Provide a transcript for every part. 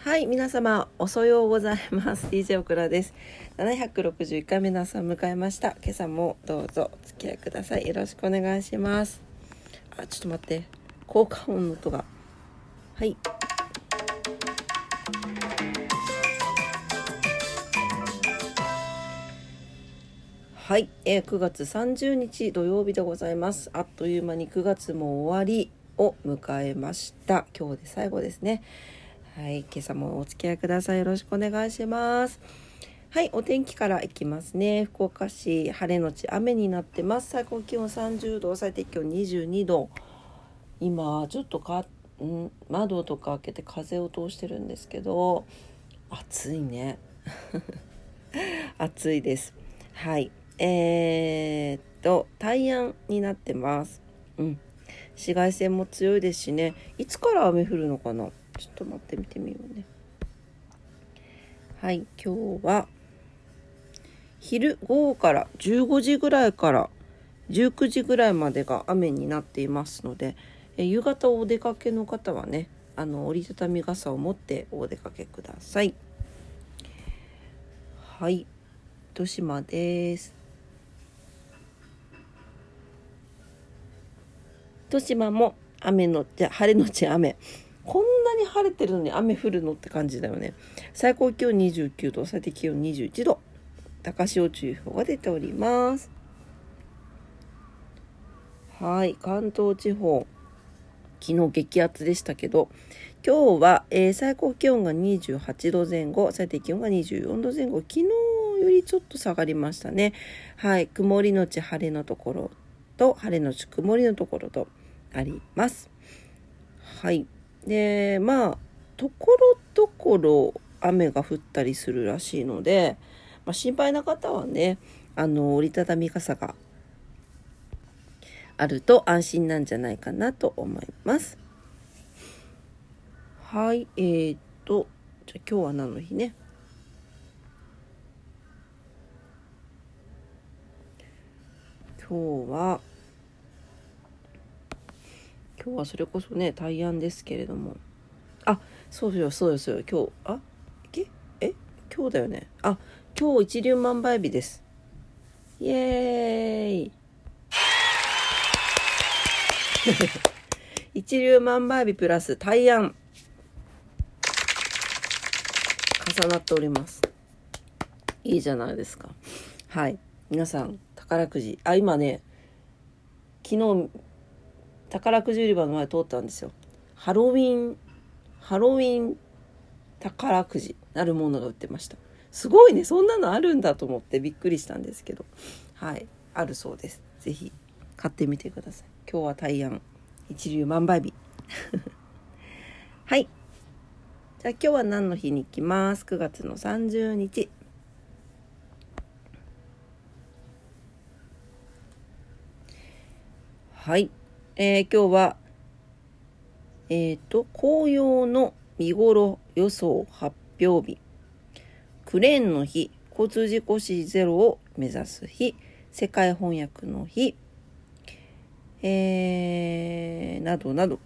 はい、皆様おそようございます。DJ オクラです。761回目の朝を迎えました。今朝もどうぞお付き合いください。よろしくお願いします。ちょっと待って、効果音の音が。はい。はい、9月30日土曜日でございます。あっという間に9月も終わりを迎えました。今日で最後ですね。はい、今朝もお付き合いください。よろしくお願いします。はい、お天気からいきますね。福岡市晴れのち雨になってます。最高気温30度、最低気温22度。今ちょっと窓とか開けて風を通してるんですけど、暑いね。暑いです。はい。大安になってます。紫外線も強いですしね。いつから雨降るのかな。ちょっと待って見てみようね。はい、今日は昼午後から15時ぐらいから19時ぐらいまでが雨になっていますので、夕方お出かけの方はね、折りたたみ傘を持ってお出かけください。はい、糸島です。糸島も晴れのち雨。こんなに晴れてるのに雨降るのって感じだよね。最高気温29度、最低気温21度。高潮注意報が出ております。はい、関東地方、昨日激アツでしたけど、今日は、最高気温が28度前後、最低気温が24度前後、昨日よりちょっと下がりましたね。はい、曇りのち晴れのところと、晴れのち曇りのところとあります。はい。で、ところどころ雨が降ったりするらしいので、心配な方はね、折りたたみ傘があると安心なんじゃないかなと思います。はい、じゃあ今日は何の日ね。今日はそれこそね、大安ですけれども。そうですよ。今日、今日だよね。今日一粒万倍日です。イエーイ。一粒万倍日プラス大安。重なっております。いいじゃないですか。はい。皆さん、宝くじ。今ね、昨日、宝くじ売り場の前通ったんですよ。ハロウィン宝くじなるものが売ってました。すごいね、そんなのあるんだと思ってびっくりしたんですけど、はい、あるそうです。ぜひ買ってみてください。今日は大安一粒万倍日はい、じゃあ今日は何の日に行きます。9月の30日。はい、今日は紅葉の見頃予想発表日、クレーンの日、交通事故死ゼロを目指す日、世界翻訳の日、などなど。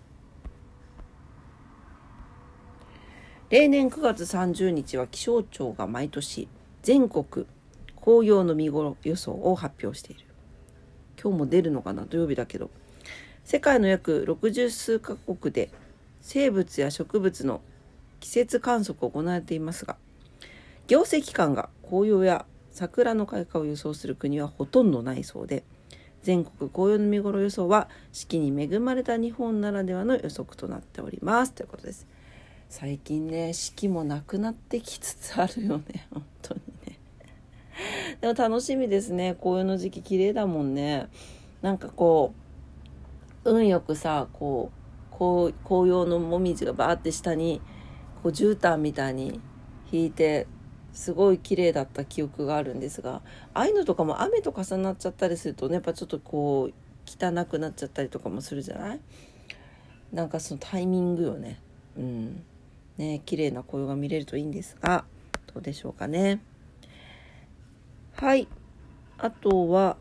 例年9月30日は気象庁が毎年全国紅葉の見頃予想を発表している。今日も出るのかな、土曜日だけど。世界の約60数カ国で生物や植物の季節観測を行われていますが、行政機関が紅葉や桜の開花を予想する国はほとんどないそうで、全国紅葉の見頃予想は四季に恵まれた日本ならではの予測となっておりますということです。最近ね、四季もなくなってきつつあるよね、本当にね。でも楽しみですね。紅葉の時期綺麗だもんね。なんか運よくさ、紅葉のもみじがバーって下に絨毯みたいに引いて、すごい綺麗だった記憶があるんですが、ああいうのとかも雨と重なっちゃったりするとね、やっぱちょっと汚くなっちゃったりとかもするじゃない。なんかそのタイミングよね。綺麗な紅葉が見れるといいんですが、どうでしょうかね。はい、あとは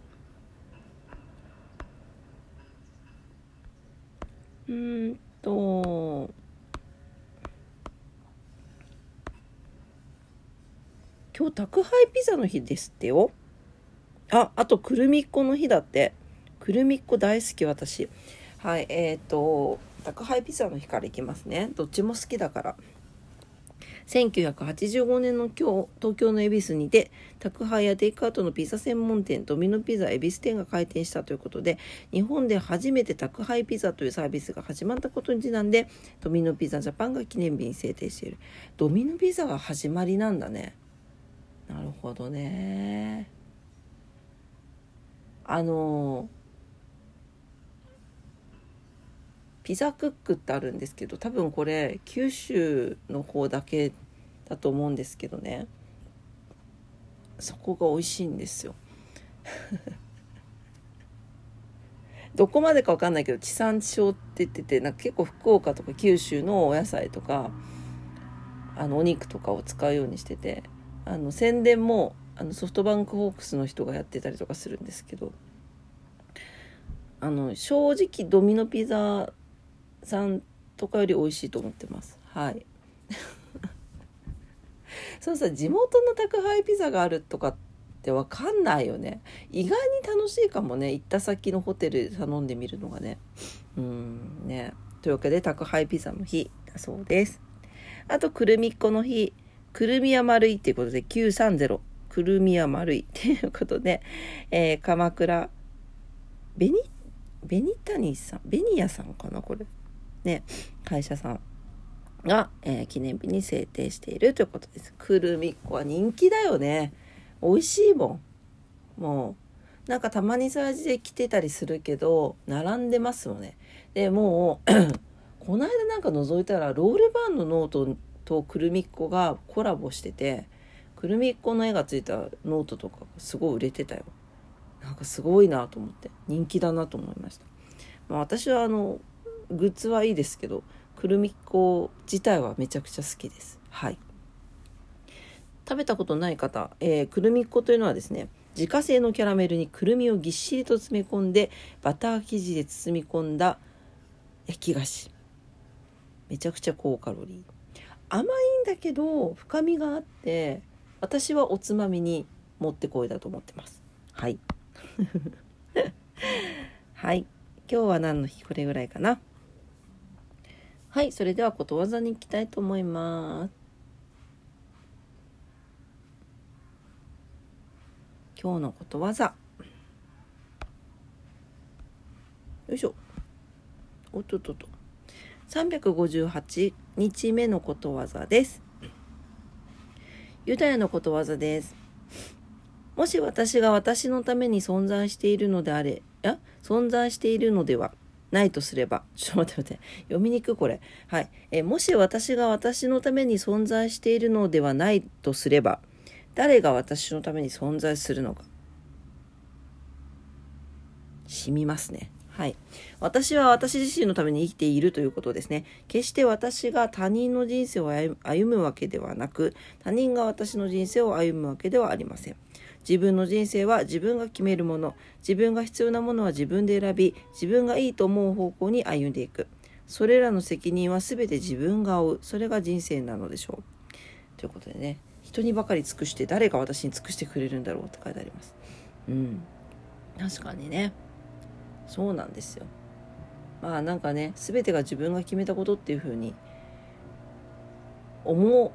今日宅配ピザの日ですってよ。あとくるみっこの日だって。くるみっこ大好き私。はい、宅配ピザの日からいきますね。どっちも好きだから。1985年の今日、東京の恵比寿にて宅配やテイクアウトのピザ専門店ドミノピザ恵比寿店が開店したということで、日本で初めて宅配ピザというサービスが始まったことにちなんで、ドミノピザジャパンが記念日に制定している。ドミノピザが始まりなんだね。なるほどね。ピザクックってあるんですけど、多分これ九州の方だけだと思うんですけどね、そこが美味しいんですよどこまでか分かんないけど地産地消って言ってて、なんか結構福岡とか九州のお野菜とかお肉とかを使うようにしてて、宣伝もソフトバンクホークスの人がやってたりとかするんですけど、正直ドミノピザさんとかより美味しいと思ってます。はいそうさ、地元の宅配ピザがあるとかって分かんないよね。意外に楽しいかもね、行った先のホテルで頼んでみるのがね。ね。というわけで宅配ピザの日だそうです。あとくるみっこの日、くるみは丸いっていうことで930、くるみは丸いっていうことで、鎌倉紅谷さん、紅屋さんかなこれね、会社さんが、記念日に制定しているということです。くるみっこは人気だよね。美味しいもん。もうなんかたまにサージで来てたりするけど並んでますもんね。でもうこの間なんか覗いたらロールバンのノートとくるみっこがコラボしてて、くるみっこの絵がついたノートとかすごい売れてたよ。なんかすごいなと思って人気だなと思いました。私はグッズはいいですけど、くるみっこ自体はめちゃくちゃ好きです。はい。食べたことない方、くるみっこというのはですね、自家製のキャラメルにくるみをぎっしりと詰め込んでバター生地で包み込んだ焼き菓子。めちゃくちゃ高カロリー。甘いんだけど深みがあって、私はおつまみにもってこいだと思ってます。はいはい、今日は何の日、これぐらいかな。はい、それではことわざに行きたいと思います。今日のことわざ、よいしょ、おっとっとっと、358日目のことわざです。ユダヤのことわざです。もし私が私のために存在しているのであれ、存在しているのではないとすれば、ちょっと待って、読みにくいこれ。はい。もし私が私のために存在しているのではないとすれば、誰が私のために存在するのか。染みますね。はい。私は私自身のために生きているということですね。決して私が他人の人生を歩むわけではなく、他人が私の人生を歩むわけではありません。自分の人生は自分が決めるもの、自分が必要なものは自分で選び、自分がいいと思う方向に歩んでいく。それらの責任は全て自分が負う。それが人生なのでしょう。ということでね、人にばかり尽くして誰が私に尽くしてくれるんだろうって書いてあります。確かにね。そうなんですよ。なんかね、全てが自分が決めたことっていう風に思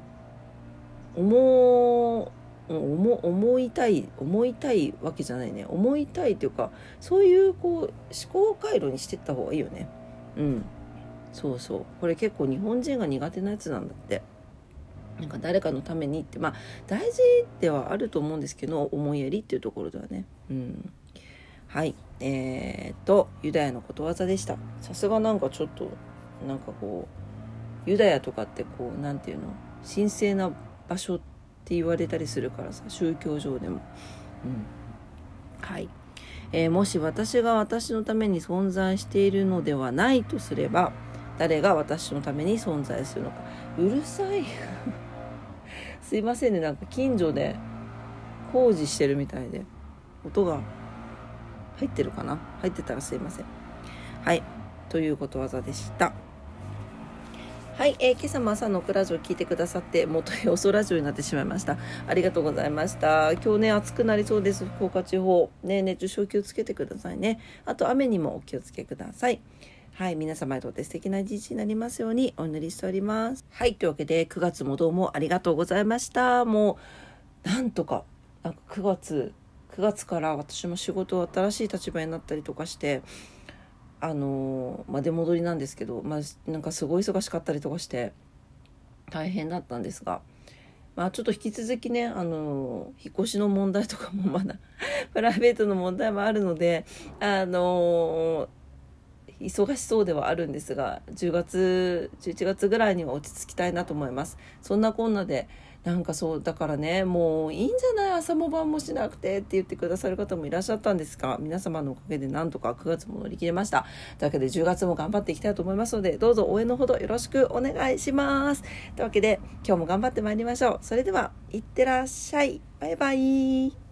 いたいわけじゃないね。思いたいというか、そういう思考回路にしてった方がいいよね。そうそう。これ結構日本人が苦手なやつなんだって。なんか誰かのためにって大事ではあると思うんですけど、思いやりっていうところではね。はい。ユダヤのことわざでした。さすがなんかちょっとなんかユダヤとかってなんていうの、神聖な場所って言われたりするからさ、宗教上でも。はい。もし私が私のために存在しているのではないとすれば、誰が私のために存在するのか。うるさいすいませんね、なんか近所で工事してるみたいで音が入ってるかな。入ってたらすいません。はい、ということわざでした。 はい、今朝も朝のクラジオ聞いてくださって元予想ラジオになってしまいました。ありがとうございました。今日ね暑くなりそうです。福岡地方ね、熱中症気をつけてくださいね。あと雨にもお気をつけください。はい、皆様にとって素敵な一日になりますようにお祈りしております。はい、というわけで9月もどうもありがとうございました。もうなんとか9月から私も仕事新しい立場になったりとかして出戻りなんですけど、なんかすごい忙しかったりとかして大変だったんですが、ちょっと引き続きね引っ越しの問題とかもまだプライベートの問題もあるので忙しそうではあるんですが、10月11月ぐらいには落ち着きたいなと思います。そんなこんなでなんかそうだからね、もういいんじゃない、朝も晩もしなくてって言ってくださる方もいらっしゃったんですが、皆様のおかげでなんとか9月も乗り切れました。というわけで10月も頑張っていきたいと思いますので、どうぞ応援のほどよろしくお願いします。というわけで今日も頑張ってまいりましょう。それではいってらっしゃい。バイバイ。